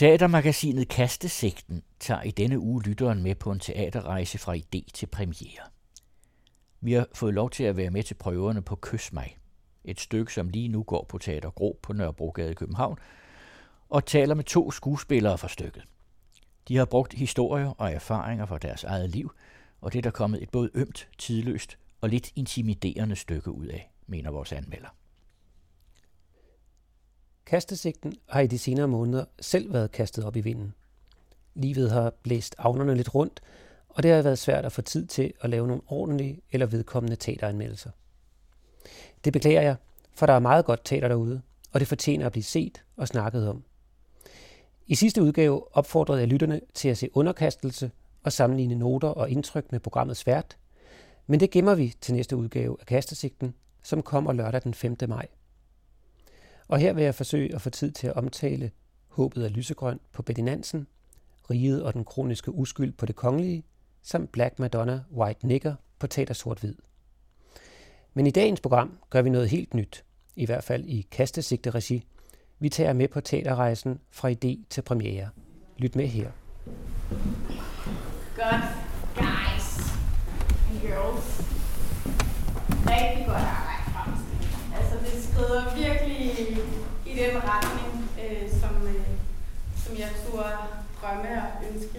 Teatermagasinet Kastesigten tager i denne uge lytteren med på en teaterrejse fra idé til premiere. Vi har fået lov til at være med til prøverne på Kys mig, et stykke, som lige nu går på Teater Gro på Nørrebrogade i København, og taler med 2 skuespillere fra stykket. De har brugt historier og erfaringer fra deres eget liv, og det er der kommet et både ømt, tidløst og lidt intimiderende stykke ud af, mener vores anmelder. Kastesigten har i de senere måneder selv været kastet op i vinden. Livet har blæst avnerne lidt rundt, og det har været svært at få tid til at lave nogle ordentlige eller vedkommende teateranmeldelser. Det beklager jeg, for der er meget godt teater derude, og det fortjener at blive set og snakket om. I sidste udgave opfordrede jeg lytterne til at se Underkastelse og sammenligne noter og indtryk med programmets vært, men det gemmer vi til næste udgave af Kastesigten, som kommer lørdag den 5. maj. Og her vil jeg forsøge at få tid til at omtale Håbet er lysegrøn på Betty Nansen, Riget og den kroniske uskyld på Det Kongelige, samt Black Madonna, White Nigger på Teater Sort-Hvid. Men i dagens program gør vi noget helt nyt, i hvert fald i Kastesigte-regi. Vi tager med på teaterrejsen fra idé til premiere. Lyt med her. Godt, guys and girls. Rigtig godt arbejde fremstillet. Altså det skrider virkelig i den retning, som jeg turde drømme og ønske.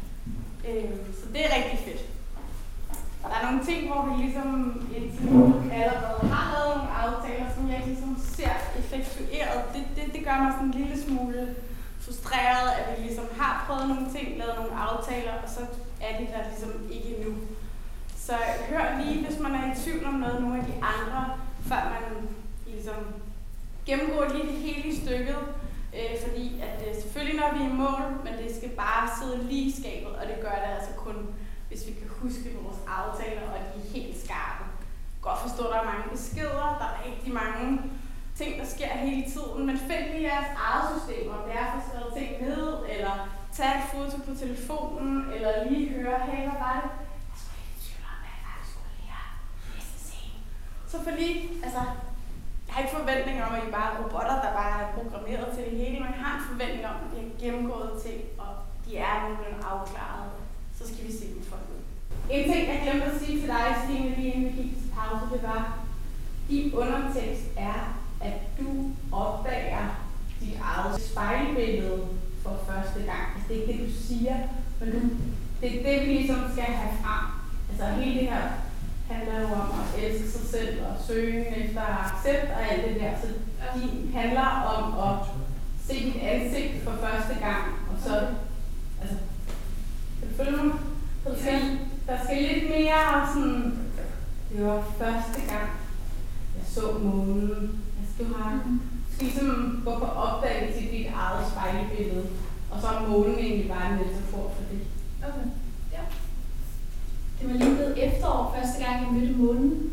Så det er rigtig fedt. Der er nogle ting, hvor vi ligesom indtil nu allerede har lavet nogle aftaler, som jeg ligesom ser effektueret. Det gør mig sådan en lille smule frustreret, at vi ligesom har prøvet nogle ting, lavet nogle aftaler, og så er de der ligesom ikke nu. Så hør lige, hvis man er i tvivl om nogle af de andre, før man ligesom gennemgår lige det hele i stykket. Fordi at selvfølgelig når vi er i mål, men det skal bare sidde lige i skabet, og det gør det altså kun, hvis vi kan huske vores aftaler, og de er helt skarpe. Godt forstå, der er mange beskeder, der er rigtig mange ting, der sker hele tiden, men find lige jeres eget system, om det er for at skrive ting ned, eller tage et foto på telefonen, eller lige høre, hey, hvad var det? Jeg skulle ikke tvivl om, hvad jeg faktisk skulle lære næste scene. Så for lige, altså, jeg har ikke forventning om, at I bare er robotter, der bare er programmeret til det hele, men jeg har en forventning om, at de har gennemgået ting, og de er nogenlunde afklaret. Så skal vi se dem for det. En ting, jeg glemte at sige til dig, Stine, lige inden vi gik til pause, det var, din undertekst er, at du opdager dit eget spejlbillede for første gang. Altså, det er ikke det, du siger, men det er det, vi ligesom skal have frem. Altså hele det her handler jo om at elske sig selv og søge efter accept og alt det der. Så din handler om at se dit ansigt for første gang, og så, altså, kan du følge mig? Der skal lidt mere sådan, det var første gang, jeg så månen. Altså, du skal ligesom gå på opdagelse til dit eget spejlbillede, og så er månen egentlig bare en metafor for det. Okay, ja. Det var lige blevet efterår første gang, jeg mødte månen.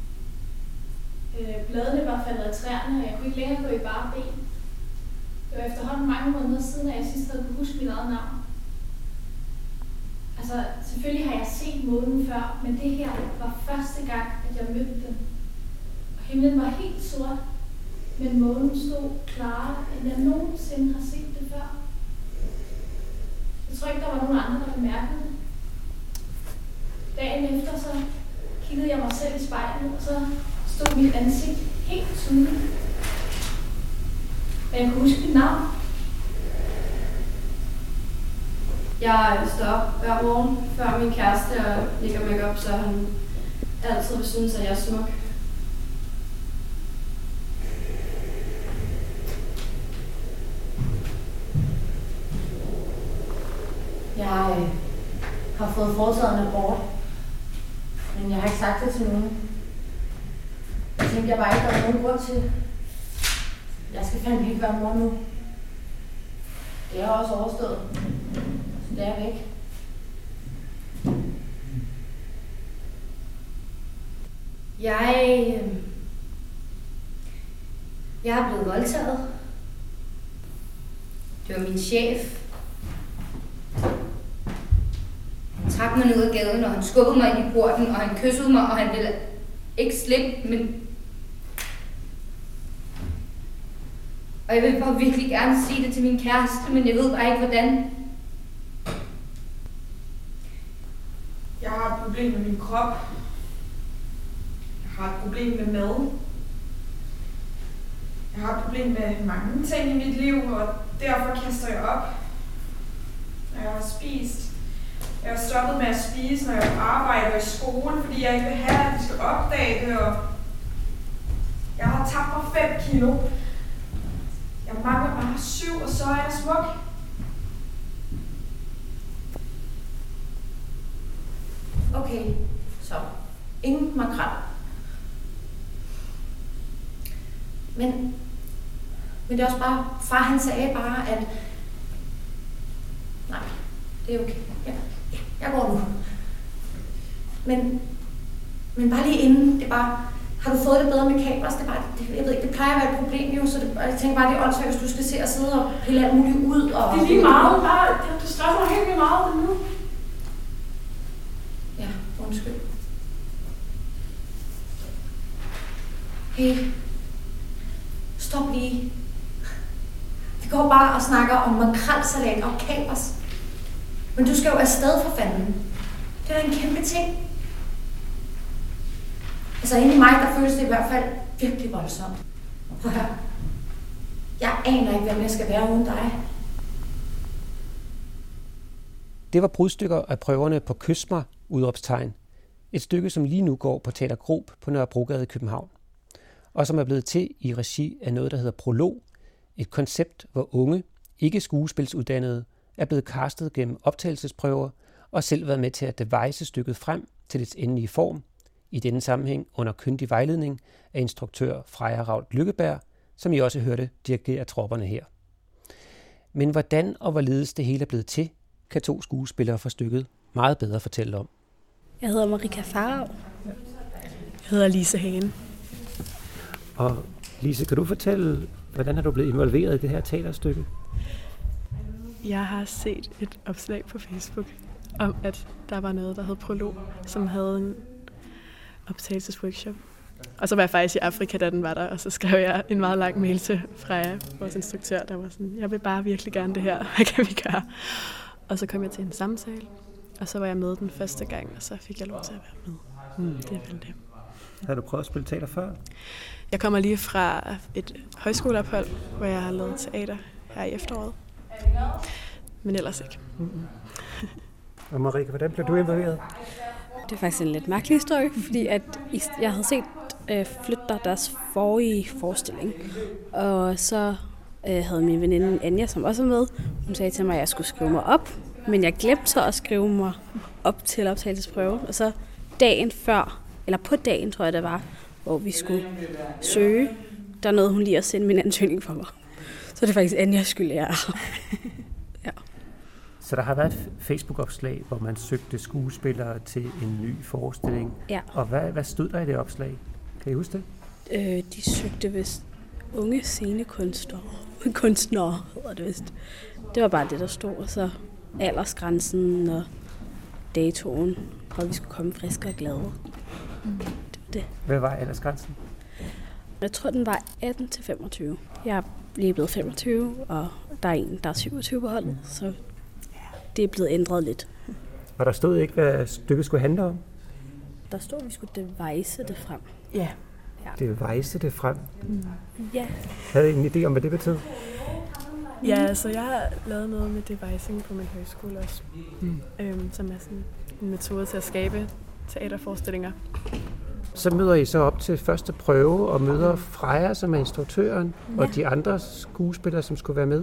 Bladene var faldet af træerne, og jeg kunne ikke længere gå i bare ben. Det var efterhånden mange måneder siden, at jeg sidst havde kunne huske mit eget navn. Altså, selvfølgelig har jeg set månen før, men det her var første gang, at jeg mødte den. Og himlen var helt sort, men månen stod klarere, end jeg nogensinde har set det før. Jeg tror ikke, der var nogen andre, der bemærkede det. Dagen efter, så kiggede jeg mig selv i spejlet, og så stod mit ansigt helt tydeligt. Men jeg kunne huske mit navn. Jeg står op hver morgen før min kæreste og lægger make-up, så han altid vil synes, at jeg er smuk. Jeg har fået foretaget en abort, men jeg har ikke sagt det til nogen. Jeg tænkte, jeg bare ikke, der var nogen grund til. Jeg skal fandme ikke være mor nu. Det er også overstået. Så det er væk. Jeg er blevet voldtaget. Det var min chef. Han trak mig ned ad gaden, og han skubbede mig ind i porten, og han kyssede mig, og han ville ikke slippe, men Og jeg vil bare virkelig gerne sige det til min kæreste, men jeg ved bare ikke, hvordan. Jeg har et problem med min krop. Jeg har et problem med mad. Jeg har et problem med mange ting i mit liv, og derfor kaster jeg op, når jeg har spist. Jeg har stoppet med at spise, når jeg arbejder i skole, fordi jeg ikke vil have, at de skal opdage det, og jeg har tabt mig 5 kilo. Jeg mangler bare 7, og så er jeg smuk. Okay, så ingen makrel. Men det er også bare, far han sagde bare, at nej, det er okay. Jeg går nu. Men bare lige inden, det er bare, har du fået det bedre med kapers? Det er bare, jeg ved ikke, det plejer at være et problem jo, så jeg tænker bare, det er åndssvagt, hvis du skal se og sidde og pille alt muligt ud. Og det er lige meget, det stresser mig helt vildt meget nu. Ja, undskyld. Hey, stop lige. Vi går bare og snakker om makrelsalat og kapers. Men du skal jo afsted for fanden. Det er en kæmpe ting. Altså inde i mig, der føles det i hvert fald virkelig voldsomt. Prøv at høre. Jeg aner ikke, hvem jeg skal være uden dig. Det var brudstykker af prøverne på Kys mig! Udråbstegn. Et stykke, som lige nu går på Teater Grob på Nørrebrogade i København. Og som er blevet til i regi af noget, der hedder Prolog. Et koncept, hvor unge, ikke skuespilsuddannede, er blevet castet gennem optagelsesprøver og selv været med til at devise stykket frem til dets endelige form, i denne sammenhæng under kyndig vejledning af instruktør Freja Raut Lykkeberg, som I også hørte dirigere tropperne her. Men hvordan og hvorledes det hele er blevet til, kan 2 skuespillere fra stykket meget bedre fortælle om. Jeg hedder Marika Farag. Jeg hedder Lise Hane. Og Lise, kan du fortælle, hvordan har du blevet involveret i det her teaterstykke? Jeg har set et opslag på Facebook om, at der var noget, der hed Prolog, som havde en optagelsesworkshop. Og så var jeg faktisk i Afrika, da den var der, og så skrev jeg en meget lang mail til Freja, vores instruktør, der var sådan, jeg vil bare virkelig gerne det her, hvad kan vi gøre? Og så kom jeg til en samtale, og så var jeg med den første gang, og så fik jeg lov til at være med. Det er vel det. Har du prøvet at spille teater før? Jeg kommer lige fra et højskoleophold, hvor jeg har lavet teater her i efteråret. Men ellers ikke. Og Marika, hvordan blev du involveret? Det er faktisk en lidt mærkelig historie, fordi at jeg havde set Flytter deres forrige forestilling. Og så havde min veninde Anja, som også var med, hun sagde til mig, at jeg skulle skrive mig op. Men jeg glemte så at skrive mig op til optagelsesprøve. Og så dagen før, eller på dagen tror jeg det var, hvor vi skulle søge, der nåede hun lige at sende min ansøgning for mig. Så det er faktisk Anjas skyld, jeg er. Ja. Så der har været et Facebook-opslag, hvor man søgte skuespillere til en ny forestilling. Ja. Og hvad stod der i det opslag? Kan I huske det? De søgte vist unge scenekunstnere. Kunstnere hedder det vist. Det var bare det, der stod. Og så aldersgrænsen og datoen, og vi skulle komme friske og glade. Det var det. Hvad var aldersgrænsen? Jeg tror, den var 18-25. Jeg er lige blevet 25, og der er en, der er 27 på holdet, så det er blevet ændret lidt. Og der stod ikke, hvad stykket skulle handle om? Der stod, at vi skulle devise det frem. Ja. Devise det frem? Ja. Havde I en idé om, hvad det betød? Ja, altså jeg har lavet noget med devising på min højskole også, som er sådan en metode til at skabe teaterforestillinger. Så møder I så op til første prøve og møder Freja, som er instruktøren, og de andre skuespillere, som skulle være med.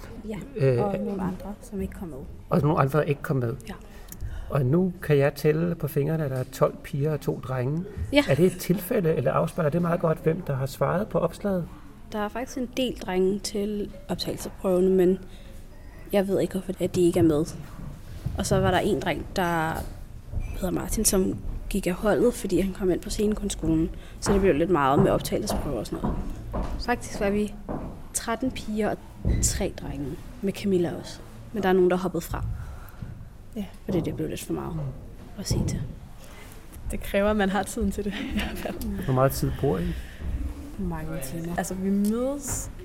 Ja, og nogle andre, som ikke kom med. Og nogle andre, der ikke kom med. Ja. Og nu kan jeg tælle på fingrene, at der er 12 piger og 2 drenge. Ja. Er det et tilfælde, eller afspejler det meget godt, hvem der har svaret på opslaget? Der er faktisk en del drenge til optagelsesprøvene, men jeg ved ikke, hvorfor de ikke er med. Og så var der en dreng, der hedder Martin, som gik af holdet, fordi han kom ind på scenekunstskolen. Så det blev lidt meget med optagelsesprøver og sådan noget. Faktisk var vi 13 piger og 3 drenge, med Camilla også. Men der er nogen, der hoppede fra. Ja, fordi det blev lidt for meget at sige til. Det kræver, at man har tiden til det. Hvor meget tid bruger I? Mange timer. Altså, vi mødes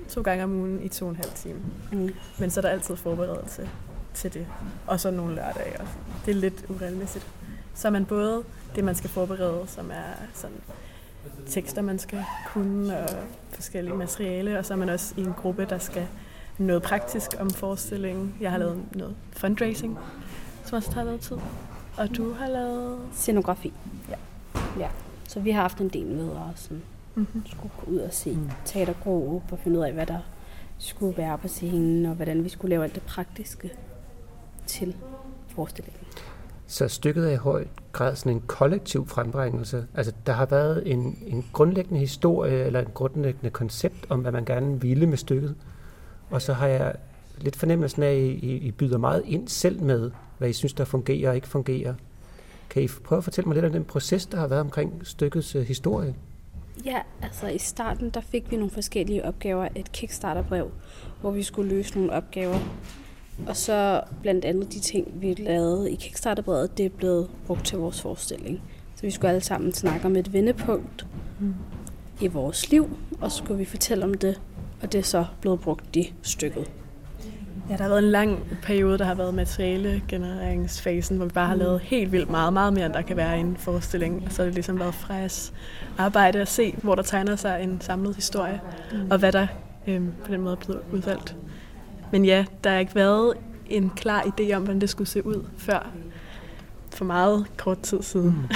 2 gange om ugen i 2,5 timer. Men så er der altid forberedelse til det. Og så nogle lørdage også. Det er lidt uregelmæssigt. Så er man både det, man skal forberede, som er sådan tekster, man skal kunne, og forskellige materiale, og så er man også i en gruppe, der skal noget praktisk om forestillingen. Jeg har lavet noget fundraising, som også tager noget tid. Og du har lavet scenografi. Ja. Så vi har haft en del med at skulle gå ud og se teatergruppe og finde ud af, hvad der skulle være på scenen, og hvordan vi skulle lave alt det praktiske til forestillingen. Så stykket er i høj grad sådan en kollektiv frembringelse. Altså, der har været en grundlæggende historie, eller en grundlæggende koncept om, hvad man gerne ville med stykket. Og så har jeg lidt fornemmelsen af, at I byder meget ind selv med, hvad I synes, der fungerer og ikke fungerer. Kan I prøve at fortælle mig lidt om den proces, der har været omkring stykkets historie? Ja, altså i starten, der fik vi nogle forskellige opgaver. Et Kickstarter-brev, hvor vi skulle løse nogle opgaver. Og så blandt andet de ting, vi lavede i Kickstarter-brevet, det er blevet brugt til vores forestilling. Så vi skulle alle sammen snakke om et vendepunkt i vores liv, og så skulle vi fortælle om det, og det er så blevet brugt i stykket. Ja, der har været en lang periode, der har været materialegenereringsfasen, hvor vi bare har lavet helt vildt meget, meget mere, end der kan være i en forestilling. Og så har det ligesom været Frejas arbejde at se, hvor der tegner sig en samlet historie, og hvad der på den måde er blevet udvalgt. Men ja, der har ikke været en klar idé om, hvordan det skulle se ud før for meget kort tid siden.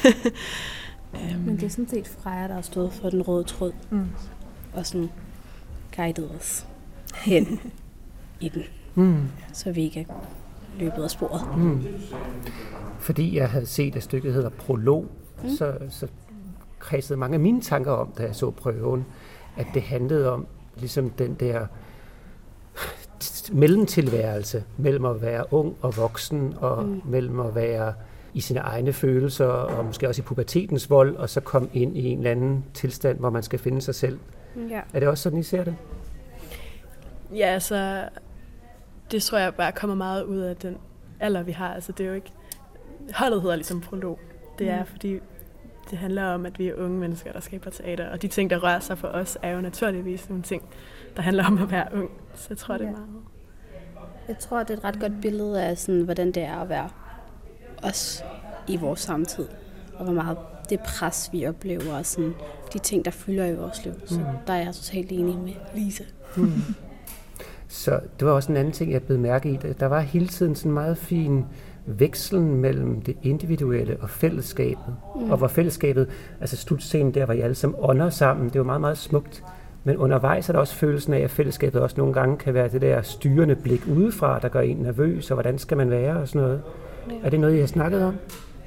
Men det er sådan set Freja, der har stået for den røde tråd, og sådan guidet os hen i den, så vi ikke er løbet af sporet. Fordi jeg havde set, at stykket hedder Prolog, så kredsede mange af mine tanker om, da jeg så prøven, at det handlede om ligesom den der mellemtilværelse mellem at være ung og voksen, og mellem at være i sine egne følelser, og måske også i pubertetens vold, og så komme ind i en eller anden tilstand, hvor man skal finde sig selv. Ja. Er det også sådan, I ser det? Ja, altså, det tror jeg bare kommer meget ud af den alder, vi har. Altså, det er jo ikke... Holdet hedder ligesom Prolog. Det er, fordi det handler om, at vi er unge mennesker, der skaber teater, og de ting, der rører sig for os, er jo naturligvis nogle ting, der handler om at være ung. Så jeg tror, det er meget... Jeg tror, det er et ret godt billede af, sådan, hvordan det er at være os i vores samtid, og hvor meget det pres, vi oplever, og sådan, de ting, der fylder i vores liv. Så der er jeg totalt enig med Lise. Så det var også en anden ting, jeg blev mærke i. Der var hele tiden sådan en meget fin vekslen mellem det individuelle og fællesskabet. Og hvor fællesskabet, altså slutscenen der, hvor I alle sammen ånder sammen, det var meget, meget smukt. Men undervejs er der også følelsen af, at fællesskabet også nogle gange kan være det der styrende blik udefra, der gør en nervøs, og hvordan skal man være og sådan noget. Ja. Er det noget, I har snakket om?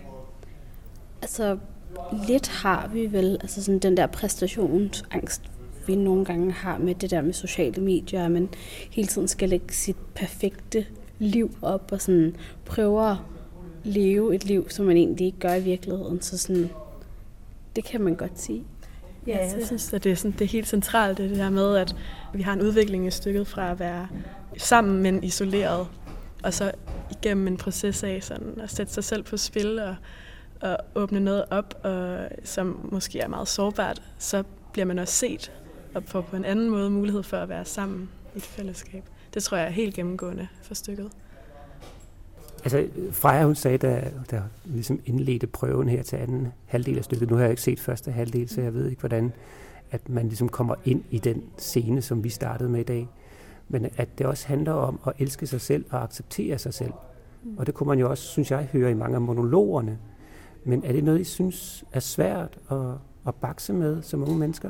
Altså, lidt har vi vel, altså sådan den der præstationsangst, vi nogle gange har med det der med sociale medier, at man hele tiden skal lægge sit perfekte liv op, og sådan prøve at leve et liv, som man egentlig ikke gør i virkeligheden. Så sådan, det kan man godt sige. Ja, jeg synes, at det er helt centralt, det her med, at vi har en udvikling i stykket fra at være sammen, men isoleret, og så igennem en proces af sådan at sætte sig selv på spil og åbne noget op, og, som måske er meget sårbart, så bliver man også set og får på en anden måde mulighed for at være sammen i et fællesskab. Det tror jeg er helt gennemgående for stykket. Altså, Freja, hun sagde, der ligesom indledte prøven her til anden halvdel af stykket. Nu har jeg ikke set første halvdel, så jeg ved ikke, hvordan at man ligesom kommer ind i den scene, som vi startede med i dag. Men at det også handler om at elske sig selv og acceptere sig selv. Og det kunne man jo også, synes jeg, høre i mange af monologerne. Men er det noget, I synes er svært at bakse med som unge mennesker?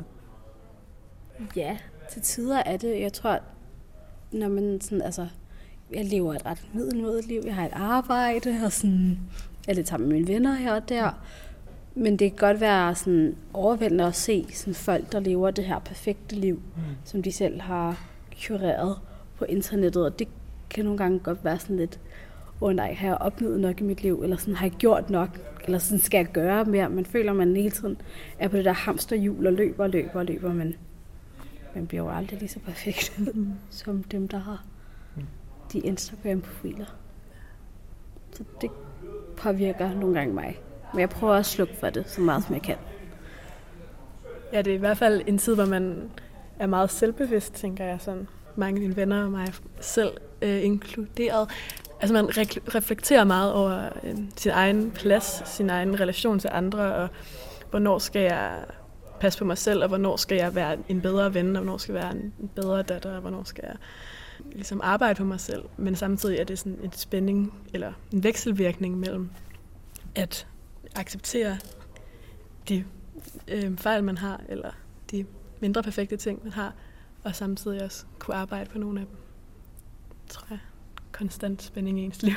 Ja, til tider er det. Jeg tror, når man sådan, altså, jeg lever et ret middelmådigt liv. Jeg har et arbejde, og sådan, jeg er lidt sammen med mine venner her og der. Men det kan godt være sådan overvældende at se sådan folk, der lever det her perfekte liv, som de selv har kureret på internettet. Og det kan nogle gange godt være sådan lidt, nej, har jeg opnået nok i mit liv? Eller sådan, har jeg gjort nok? Eller sådan, skal jeg gøre mere? Man føler, at man hele tiden er på det der hamsterhjul og løber. Men man bliver jo aldrig lige så perfekt som dem, der har de Instagram-profiler. Så det påvirker nogle gange mig. Men jeg prøver at slukke for det så meget, som jeg kan. Ja, det er i hvert fald en tid, hvor man er meget selvbevidst, tænker jeg, sådan mange af mine venner og mig selv inkluderet. Altså man reflekterer meget over sin egen plads, sin egen relation til andre, og hvornår skal jeg passe på mig selv, og hvornår skal jeg være en bedre ven, og hvornår skal jeg være en bedre datter, og hvornår skal jeg ligesom arbejde på mig selv. Men samtidig er det sådan en spænding, eller en vekselvirkning mellem at acceptere de fejl, man har, eller de mindre perfekte ting, man har, og samtidig også kunne arbejde på nogle af dem. Tror jeg. Konstant spænding i ens liv.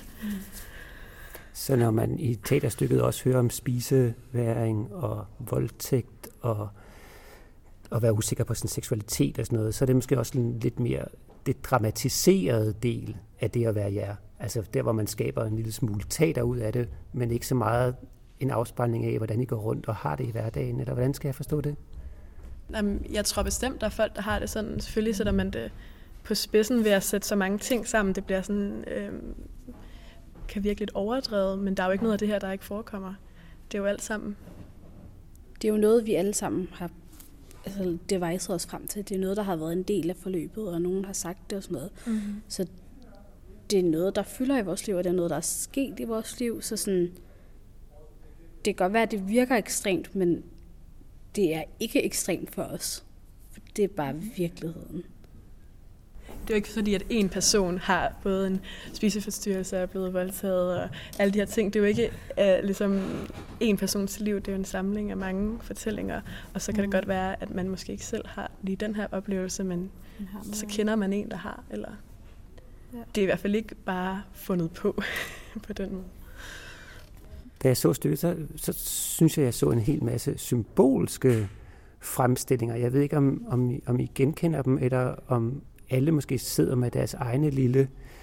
Så når man i teaterstykket også hører om spiseværing og voldtægt og være usikker på sin seksualitet og sådan noget, så er det måske også lidt mere det dramatiserede del af det at være jer. Altså der, hvor man skaber en lille smule teater ud af det, men ikke så meget en afspejling af, hvordan I går rundt og har det i hverdagen, eller hvordan skal jeg forstå det? Jamen, jeg tror bestemt, der er folk, der har det sådan. Selvfølgelig sætter man det på spidsen ved at sætte så mange ting sammen. Det bliver sådan, kan virke lidt overdrevet, men der er jo ikke noget af det her, der ikke forekommer. Det er jo alt sammen. Det er jo noget, vi alle sammen har deviset os frem til. Det er noget, der har været en del af forløbet, og nogen har sagt det og sådan noget. Mm-hmm. Så det er noget, der fylder i vores liv, og det er noget, der er sket i vores liv. Så sådan, det kan godt være, at det virker ekstremt, men det er ikke ekstremt for os. Det er bare virkeligheden. Det er jo ikke fordi, at en person har både en spiseforstyrrelse og er blevet voldtaget og alle de her ting. Det er jo ikke ligesom en persons liv. Det er jo en samling af mange fortællinger. Og så kan det godt være, at man måske ikke selv har lige den her oplevelse, men så kender man en, der har. Eller det er i hvert fald ikke bare fundet på den måde. Da jeg så stykket, så synes jeg så en hel masse symbolske fremstillinger. Jeg ved ikke, om I genkender dem, eller om alle måske sidder med deres egne lille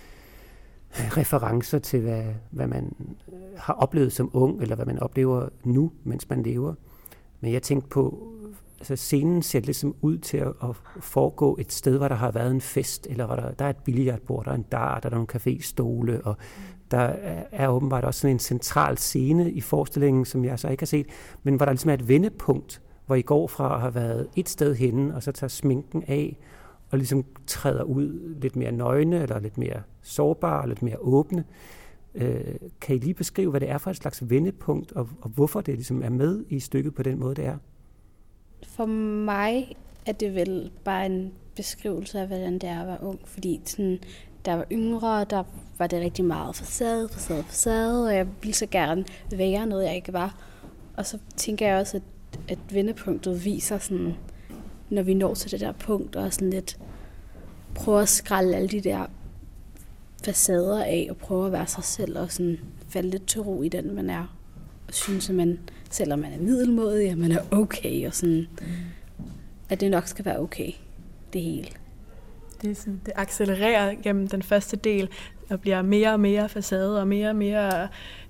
referencer til, hvad man har oplevet som ung, eller hvad man oplever nu, mens man lever. Men jeg tænkte på, altså scenen ser ligesom ud til at foregå et sted, hvor der har været en fest, eller hvor der er et billiardbord, der er en dart, der er nogle caféstole, og der er åbenbart også sådan en central scene i forestillingen, som jeg så ikke har set, men hvor der ligesom er et vendepunkt, hvor I går fra at have været et sted henne, og så tager sminken af, og ligesom træder ud lidt mere nøgne, eller lidt mere sårbare, lidt mere åbne. Kan I lige beskrive, hvad det er for et slags vendepunkt, og hvorfor det ligesom er med i stykket på den måde, det er? For mig er det vel bare en beskrivelse af, hvordan det er at være ung, fordi sådan, da jeg var yngre, der var det rigtig meget facade, og jeg ville så gerne være noget, jeg ikke var. Og så tænker jeg også, at vendepunktet viser sådan, når vi når til det der punkt, og sådan lidt prøver at skrælle alle de der facader af, og prøve at være sig selv, og sådan falde lidt til ro i den, man er. Og synes, at man, selvom man er middelmådig, at man er okay, og sådan, at det nok skal være okay, det hele. Det accelererer gennem den første del, og bliver mere og mere facade, og mere og mere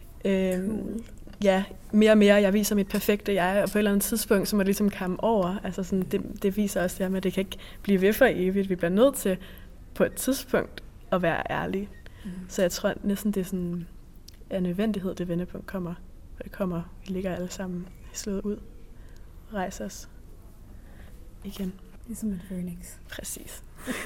mere og mere, jeg viser mit perfekte jeg, og på et eller andet tidspunkt, så må det ligesom komme over. Altså sådan, det viser også det her med, at det kan ikke blive ved for evigt. Vi bliver nødt til på et tidspunkt at være ærlige. Så jeg tror næsten, det er sådan en nødvendighed, det vendepunkt kommer. For det kommer, vi ligger alle sammen slået ud og rejser os igen. Ligesom et Phoenix. Præcis.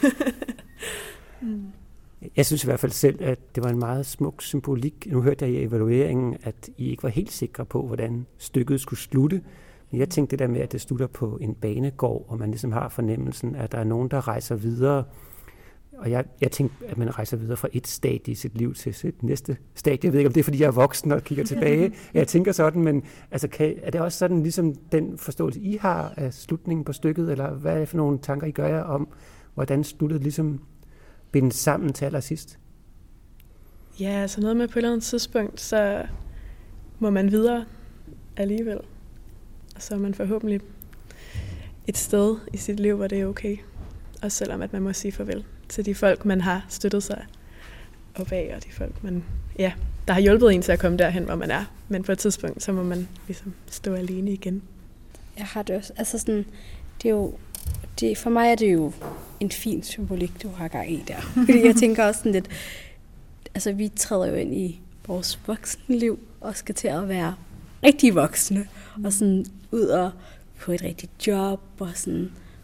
Jeg synes i hvert fald selv, at det var en meget smuk symbolik. Nu hørte jeg i evalueringen, at I ikke var helt sikre på, hvordan stykket skulle slutte. Men jeg tænkte det der med, at det slutter på en banegård, og man ligesom har fornemmelsen, at der er nogen, der rejser videre. Og jeg tænkte, at man rejser videre fra et stadie i sit liv til sit næste stadie. Jeg ved ikke, om det er, fordi jeg er voksen og kigger tilbage. Jeg tænker sådan, men altså, er det også sådan, ligesom den forståelse, I har af slutningen på stykket, eller hvad er det for nogle tanker, I gør jer om, hvordan sluttet ligesom bindes sammen til allersidst? Ja, altså noget med på et eller andet tidspunkt, så må man videre alligevel. Og så er man forhåbentlig et sted i sit liv, hvor det er okay. Også selvom at man må sige farvel til de folk, man har støttet sig op af, og de folk, der har hjulpet en til at komme derhen, hvor man er. Men på et tidspunkt, så må man ligesom stå alene igen. Jeg har det også. Altså sådan, for mig er det jo en fin symbolik, du har gang i der. Fordi jeg tænker også sådan lidt, altså vi træder jo ind i vores voksenliv, og skal til at være rigtig voksne, og sådan ud og få et rigtigt job, og sådan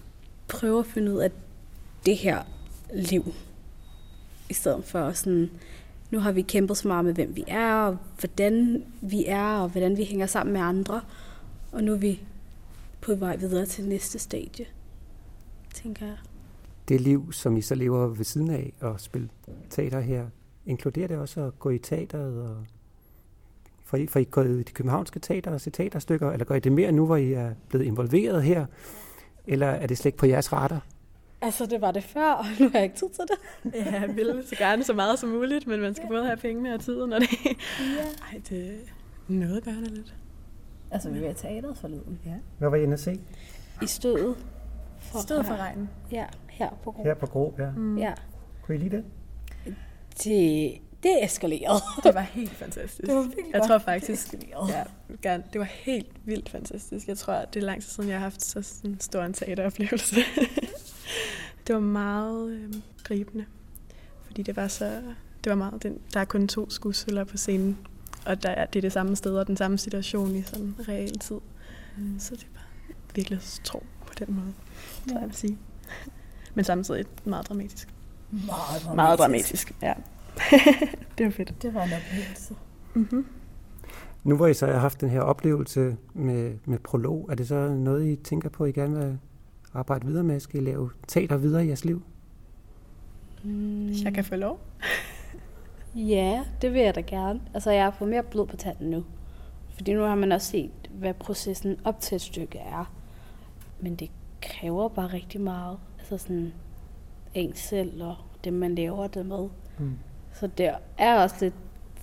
prøve at finde ud af det her liv. I stedet for sådan, nu har vi kæmpet så meget med, hvem vi er, og hvordan vi er, og hvordan vi hænger sammen med andre. Og nu er vi på vej videre til næste stadie, tænker jeg. Det liv, som I så lever ved siden af og spille teater her, inkluderer det også at gå i teateret? Og for I går i de københavnske teater og se teaterstykker, eller gør I det mere nu, hvor I er blevet involveret her? Eller er det slet ikke på jeres radar? Altså, det var det før, og nu har jeg ikke tid til det. Ja, jeg vil så gerne så meget som muligt, men man skal både have pengene og tiden, og det... Ej, det noget gør det lidt. Altså, vi var i teateret forleden. Ja. Hvad var I inde at se? I stødet. Stødet for regnen. Ja, her på Grå. Her på Grå, ja. Ja. Kunne I lide det? Det eskalerede. Det var helt fantastisk. Det var virkelig jeg godt. tror faktisk, Det eskalerede. det var helt vildt fantastisk. Jeg tror, det er lang tid siden, jeg har haft så sådan stor en teateroplevelse. Det var meget gribende, fordi det var meget der er kun 2 skuespillere på scenen, og det er det samme sted og den samme situation i sådan real tid. Så det var virkelig tro på den måde, tror jeg vil sige. Men samtidig meget dramatisk. Meget dramatisk, ja. Det var fedt. Det var en oplevelse. Mm-hmm. Nu hvor I så har haft den her oplevelse med prolog, er det så noget, I tænker på, I gerne vil arbejde videre med? Skal I lave teater videre i jeres liv? Hvis jeg kan få lov? Ja, det vil jeg da gerne. Altså, jeg har fået mere blod på tanden nu. Fordi nu har man også set, hvad processen op til et stykke er. Men det kræver bare rigtig meget. Altså sådan en selv og det, man laver det med. Så det er også lidt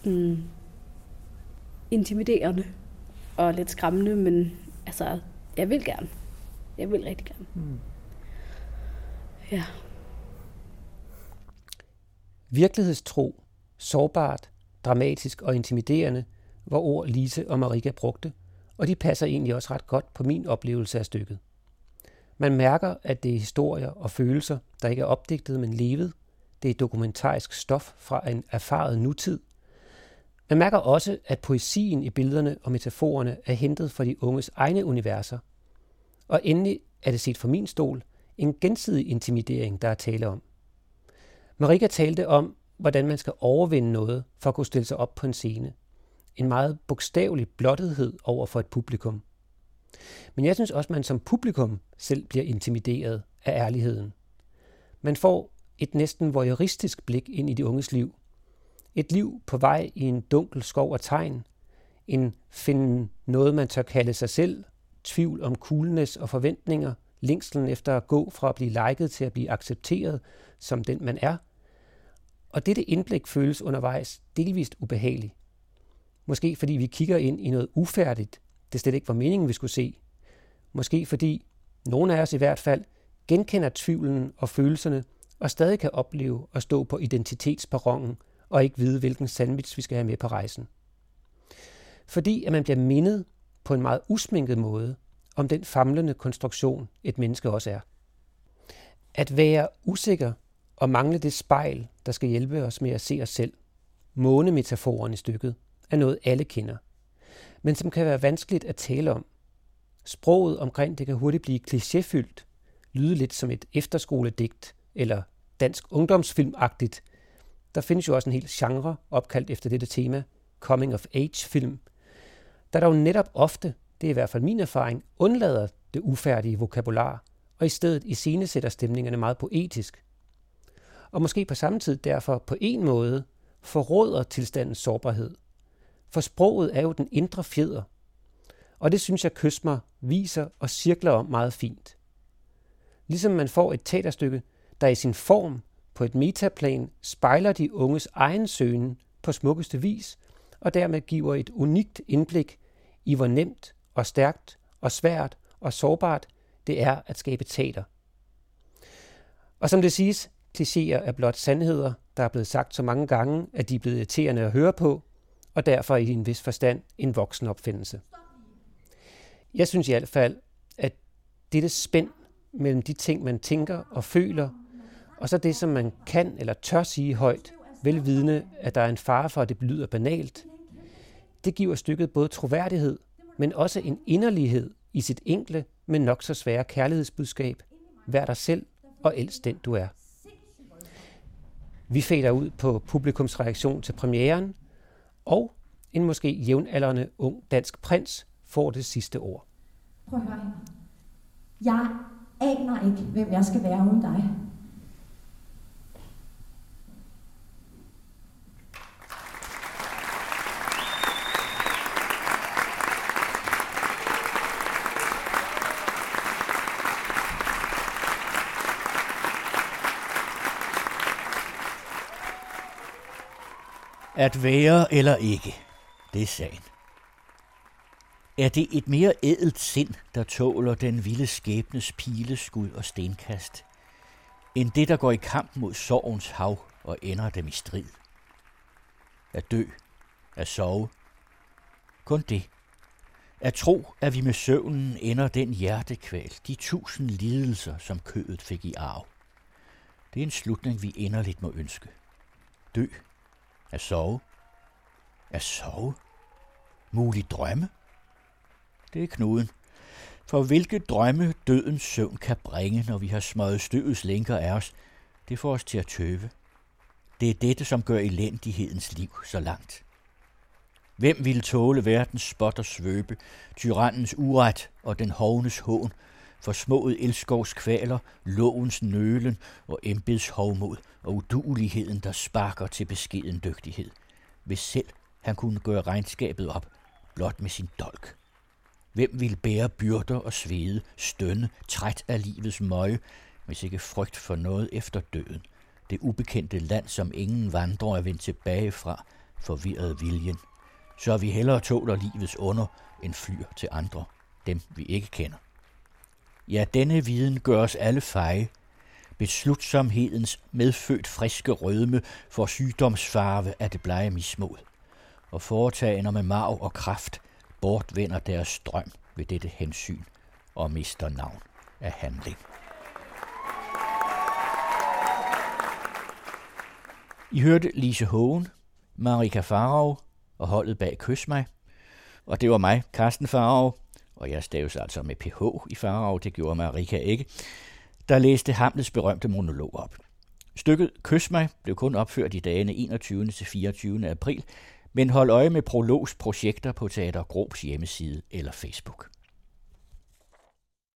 intimiderende og lidt skræmmende, men altså, jeg vil gerne. Jeg vil rigtig gerne. Ja. Virkelighedstro, sårbart, dramatisk og intimiderende var ord Lise og Marika brugte, og de passer egentlig også ret godt på min oplevelse af stykket. Man mærker, at det er historier og følelser, der ikke er opdigtet, men levet. Det er dokumentarisk stof fra en erfaret nutid. Man mærker også, at poesien i billederne og metaforerne er hentet fra de unges egne universer. Og endelig er det set fra min stol en gensidig intimidering, der er tale om. Marika talte om, hvordan man skal overvinde noget for at kunne stille sig op på en scene. En meget bogstavelig blottethed over for et publikum. Men jeg synes også, at man som publikum selv bliver intimideret af ærligheden. Man får et næsten voyeuristisk blik ind i de unges liv. Et liv på vej i en dunkel skov af tegn. En finde noget, man tør kalde sig selv. Tvivl om coolness og forventninger. Længslen efter at gå fra at blive liket til at blive accepteret som den, man er. Og dette indblik føles undervejs delvist ubehageligt. Måske fordi vi kigger ind i noget ufærdigt, det slet ikke var meningen, vi skulle se. Måske fordi, nogle af os i hvert fald, genkender tvivlen og følelserne, og stadig kan opleve at stå på identitetsperronen og ikke vide, hvilken sandwich vi skal have med på rejsen. Fordi at man bliver mindet på en meget usminket måde om den famlende konstruktion, et menneske også er. At være usikker og mangle det spejl, der skal hjælpe os med at se os selv, månemetaforen i stykket, er noget alle kender, men som kan være vanskeligt at tale om. Sproget omkring det kan hurtigt blive klichéfyldt, lyde lidt som et efterskoledigt eller dansk ungdomsfilmagtigt. Der findes jo også en hel genre opkaldt efter dette tema, coming of age film, der dog netop ofte, det er i hvert fald min erfaring, undlader det ufærdige vokabular, og i stedet iscenesætter stemningerne meget poetisk. Og måske på samme tid derfor på en måde forråder tilstandens sårbarhed. For sproget er jo den indre fjeder, og det synes jeg Kysmer viser og cirkler om meget fint. Ligesom man får et teaterstykke, der i sin form på et metaplan spejler de unges egen søgen på smukkeste vis, og dermed giver et unikt indblik i, hvor nemt og stærkt og svært og sårbart det er at skabe teater. Og som det siges, klichéer er blot sandheder, der er blevet sagt så mange gange, at de er blevet irriterende at høre på, og derfor i en vis forstand en voksenopfindelse. Jeg synes i hvert fald, at dette spænd mellem de ting, man tænker og føler, og så det, som man kan eller tør sige højt, velvidende, at der er en fare for, at det lyder banalt, det giver stykket både troværdighed, men også en inderlighed i sit enkle, men nok så svære kærlighedsbudskab. Vær dig selv og elsk den, du er. Vi fader ud på publikums reaktion til premieren, og en måske jævnaldrende ung dansk prins får det sidste ord. Prøv at høre her. Jeg aner ikke, hvem jeg skal være uden dig. At være eller ikke, det er sagen. Er det et mere ædelt sind, der tåler den vilde skæbnes pileskud og stenkast, end det, der går i kamp mod sorgens hav og ender dem i strid? At dø, at sove, kun det. At tro, at vi med søvnen ender den hjertekval, de 1000 lidelser, som kødet fik i arv. Det er en slutning, vi inderligt må ønske. Dø, at sove, at sove, mulig drømme. Det er knuden. For hvilke drømme dødens søvn kan bringe, når vi har smøget støvets lænker af os, det får os til at tøve. Det er dette, som gør elendighedens liv så langt. Hvem ville tåle verdens spot og svøbe, tyrannens uret og den hovnes hån, forsmået elskovs kvaler, lovens nølen og embeds hovmod og udueligheden, der sparker til beskeden dygtighed, hvis selv han kunne gøre regnskabet op, blot med sin dolk. Hvem ville bære byrder og svede, stønne, træt af livets møje, hvis ikke frygt for noget efter døden, det ubekendte land, som ingen vandrer er vendt tilbage fra, forvirret viljen, så vi hellere tåler livets under, end flyr til andre, dem vi ikke kender. Ja, denne viden gør os alle feje. Beslutsomhedens medfødt friske rødme for sygdomsfarve af det blege mismod. Og foretagender med marv og kraft bortvender deres strøm ved dette hensyn og mister navn af handling. I hørte Lise Haagen, Marika Farag og holdet bag Kys mig. Og det var mig, Carsten Farag, og jeg staves altså med PH i Farag, det gjorde Marika ikke, der læste Hamlets berømte monolog op. Stykket Kys mig blev kun opført i dagene 21. til 24. april, men hold øje med Prologs projekter på Teater Grobs hjemmeside eller Facebook.